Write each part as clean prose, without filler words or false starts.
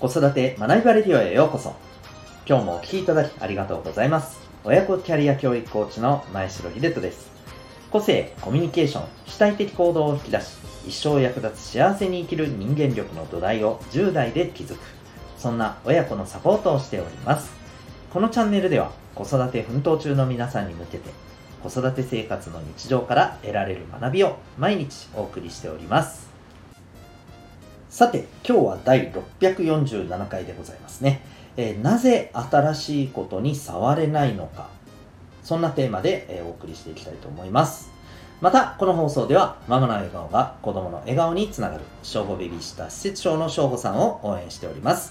子育て学びバレディオへようこそ。今日もお聞きいただきありがとうございます。親子キャリア教育コーチの前城秀人です。個性、コミュニケーション、主体的行動を引き出し、一生役立つ幸せに生きる人間力の土台を10代で築く、そんな親子のサポートをしております。このチャンネルでは子育て奮闘中の皆さんに向けて、子育て生活の日常から得られる学びを毎日お送りしております。さて、今日は第647回でございますね。なぜ新しいことに触れないのか、そんなテーマで、お送りしていきたいと思います。またこの放送ではママの笑顔が子供の笑顔につながる正午ベビーシッター施設長の正午さんを応援しております。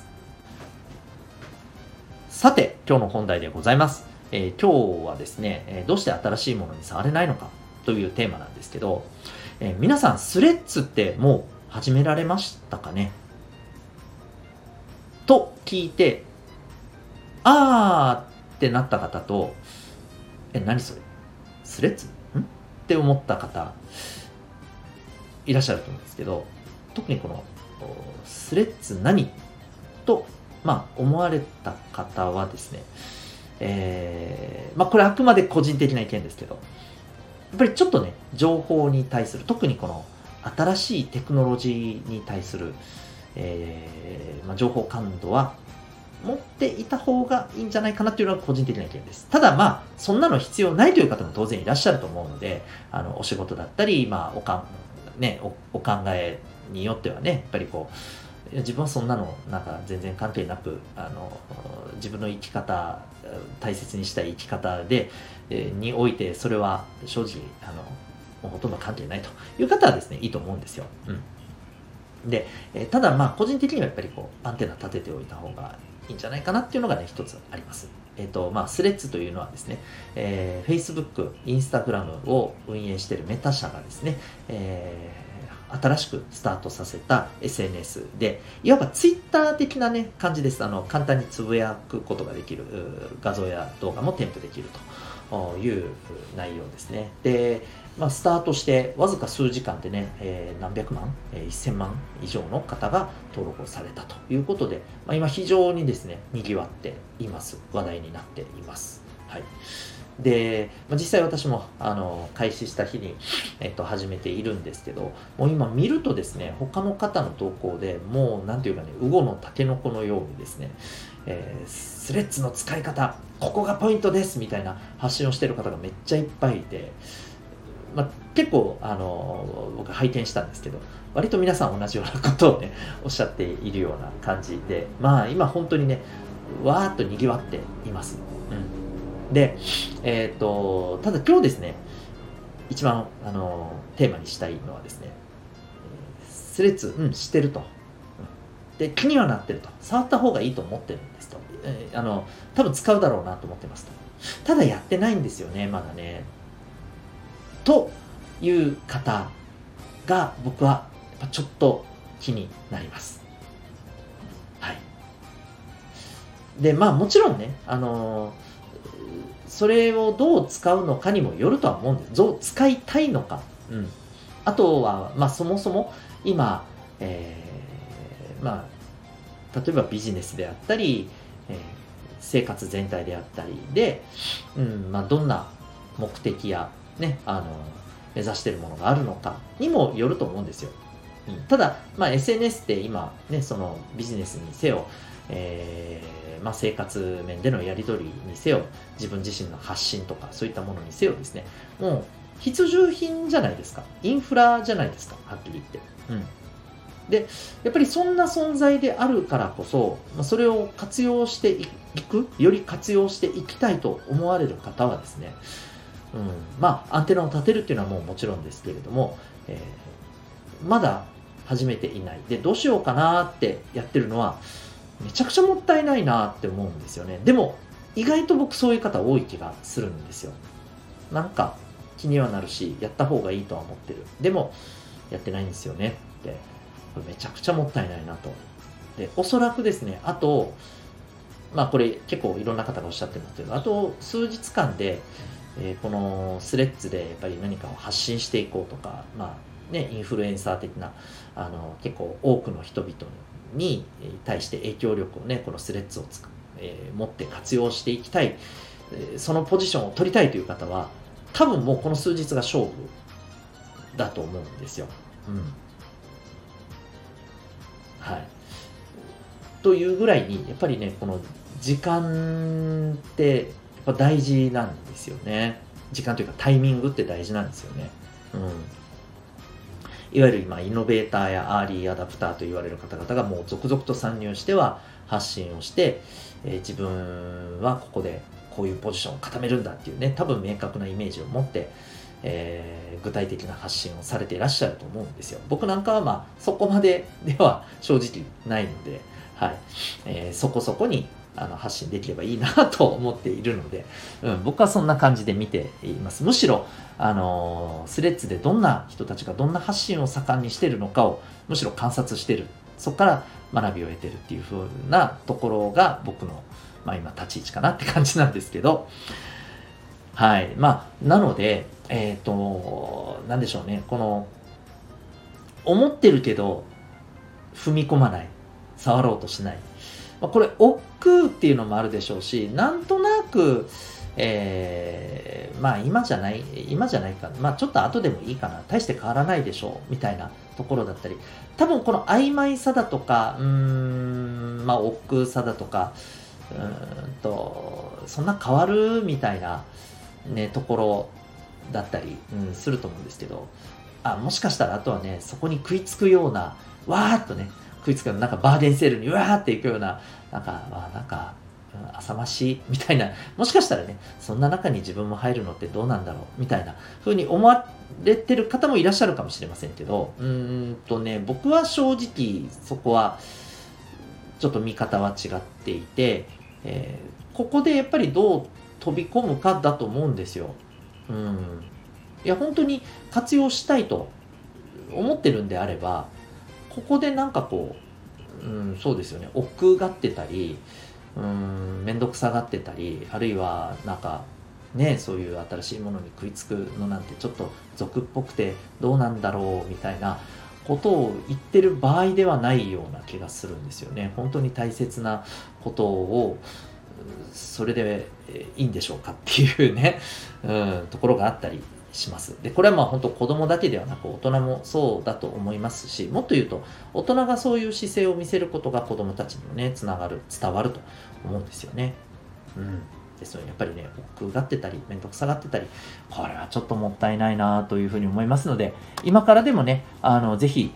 さて、今日の本題でございます。今日はですね、どうして新しいものに触れないのかというテーマなんですけど、皆さんスレッズってもう始められましたかねと聞いて、あーってなった方と、何それスレッズって思った方いらっしゃると思うんですけど、特にこのスレッズ何と、思われた方はですね、これあくまで個人的な意見ですけど、やっぱりちょっとね、情報に対する、特にこの新しいテクノロジーに対する、情報感度は持っていた方がいいんじゃないかなというのが個人的な意見です。ただそんなの必要ないという方も当然いらっしゃると思うので、お仕事だったり、お考えによってはね、やっぱり自分はそんなの全然関係なく、自分の生き方、大切にしたい生き方で、においてそれは正直もうほとんど関係ないという方はですね、いいと思うんですよ。で、ただ個人的にはやっぱりアンテナ立てておいた方がいいんじゃないかなっていうのがね、一つあります。スレッズというのはですね、Facebook、Instagram を運営しているメタ社がですね、新しくスタートさせた SNS で、いわば Twitter 的なね、感じです。簡単につぶやくことができる、画像や動画も添付できるという内容ですね。で、スタートしてわずか数時間でね、何百万、1000万以上の方が登録をされたということで、今非常にですね、賑わっています。話題になっています。はい。で、実際私も開始した日に、始めているんですけど、もう今見るとですね、他の方の投稿でもうなんていうかね、ウゴのタケノコのようにですね、スレッズの使い方、ここがポイントですみたいな発信をしている方がめっちゃいっぱいいて、結構僕拝見したんですけど、割と皆さん同じようなことをねおっしゃっているような感じで、今本当にねわーっと賑わっています。で、ただ今日ですね、一番テーマにしたいのはですね、スレッズ知ってると、で気にはなってると、触った方がいいと思ってるんですと、多分使うだろうなと思ってますと、ただやってないんですよね、まだねという方が僕はやっぱちょっと気になります。はい。で、もちろんね、それをどう使うのかにもよるとは思うんです。どう使いたいのか。あとは、そもそも今、例えばビジネスであったり、生活全体であったりで、どんな目的やね、目指しているものがあるのかにもよると思うんですよ。ただ、SNS って今ね、そのビジネスにせよ、生活面でのやり取りにせよ、自分自身の発信とかそういったものにせよですね、もう必需品じゃないですか。インフラじゃないですか、はっきり言って。で、やっぱりそんな存在であるからこそ、それを活用していく、より活用していきたいと思われる方はですね、アンテナを立てるっていうのはもうもちろんですけれども、まだ始めていない。で、どうしようかなってやってるのは、めちゃくちゃもったいないなって思うんですよね。でも、意外と僕そういう方多い気がするんですよ。なんか気にはなるし、やった方がいいとは思ってる。でも、やってないんですよねって。これめちゃくちゃもったいないなと。で、おそらくですね、あと、これ結構いろんな方がおっしゃってますけど、あと数日間で、このスレッズでやっぱり何かを発信していこうとか、インフルエンサー的な結構多くの人々 に対して影響力をね、このスレッズを持って活用していきたい、そのポジションを取りたいという方は、多分もうこの数日が勝負だと思うんですよ。はい。というぐらいに、やっぱりね、この時間ってやっぱ大事なんですよね。時間というかタイミングって大事なんですよね。いわゆる今、イノベーターやアーリーアダプターと言われる方々がもう続々と参入しては発信をして、自分はここでこういうポジションを固めるんだっていうね、多分明確なイメージを持って、具体的な発信をされていらっしゃると思うんですよ。僕なんかはそこまででは正直ないので、はい、そこそこに発信できればいいなと思っているので、僕はそんな感じで見ています。むしろ、スレッズでどんな人たちがどんな発信を盛んにしているのかをむしろ観察している。そこから学びを得ているっていう風なところが僕の、今立ち位置かなって感じなんですけど、はい。なので、なんでしょうね。この、思ってるけど、踏み込まない。触ろうとしない。これ、億劫っていうのもあるでしょうし、なんとなく、今じゃないか、ちょっと後でもいいかな、大して変わらないでしょう、みたいなところだったり、多分この曖昧さだとか、億劫さだとか、そんな変わるみたいな、ね、ところだったり、すると思うんですけど、もしかしたらあとはね、そこに食いつくような、わーっとね、食いつくような、なんかバーゲンセールにわーっていくような、浅ましいみたいな、もしかしたらね、そんな中に自分も入るのってどうなんだろうみたいな風に思われてる方もいらっしゃるかもしれませんけど、僕は正直そこはちょっと見方は違っていて、ここでやっぱりどう飛び込むかだと思うんですよ。いや、本当に活用したいと思ってるんであれば、ここでなんかこう、そうですよね、億劫がってたり、めんどくさがってたり、あるいはなんかね、そういう新しいものに食いつくのなんてちょっと俗っぽくてどうなんだろうみたいなことを言ってる場合ではないような気がするんですよね。本当に大切なことをそれでいいんでしょうかっていうね、ところがあったりします。で、これは本当子供だけではなく大人もそうだと思いますし、もっと言うと大人がそういう姿勢を見せることが子供たちにもね、伝わると思うんですよね。ですのでやっぱりね、億劫がってたり、面倒くさがってたり、これはちょっともったいないなというふうに思いますので、今からでもね、ぜひ、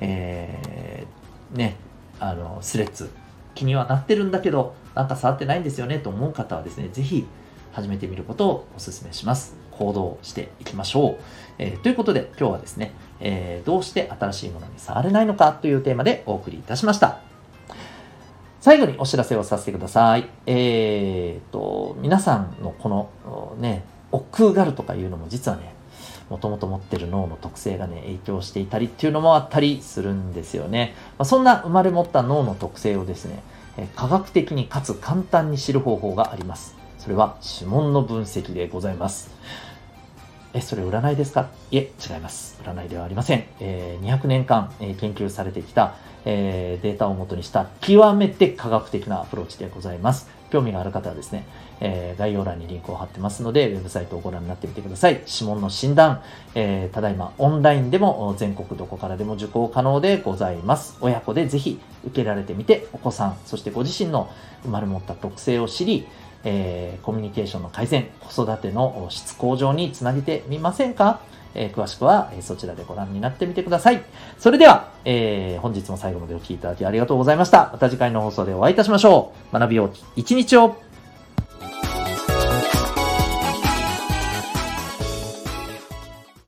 スレッズ、気にはなってるんだけど、なんか触ってないんですよねと思う方はですね、ぜひ始めてみることをお勧めします。行動していきましょう。ということで今日はですね、どうして新しいものに触れないのかというテーマでお送りいたしました。最後にお知らせをさせてください。皆さんのこのね、億劫があるとかいうのも実はね、もともと持ってる脳の特性がね、影響していたりっていうのもあったりするんですよね。そんな生まれ持った脳の特性をですね、科学的にかつ簡単に知る方法があります。それは指紋の分析でございます。それ占いですか？いえ、違います。占いではありません。200年間、研究されてきた、データをもとにした極めて科学的なアプローチでございます。興味がある方はですね、概要欄にリンクを貼ってますので、ウェブサイトをご覧になってみてください。指紋の診断、ただいまオンラインでも全国どこからでも受講可能でございます。親子でぜひ受けられてみて、お子さん、そしてご自身の生まれ持った特性を知り、コミュニケーションの改善、子育ての質向上につなげてみませんか？詳しくは、そちらでご覧になってみてください。それでは、本日も最後までお聞きいただきありがとうございました。また次回の放送でお会いいたしましょう。学びよう一日を。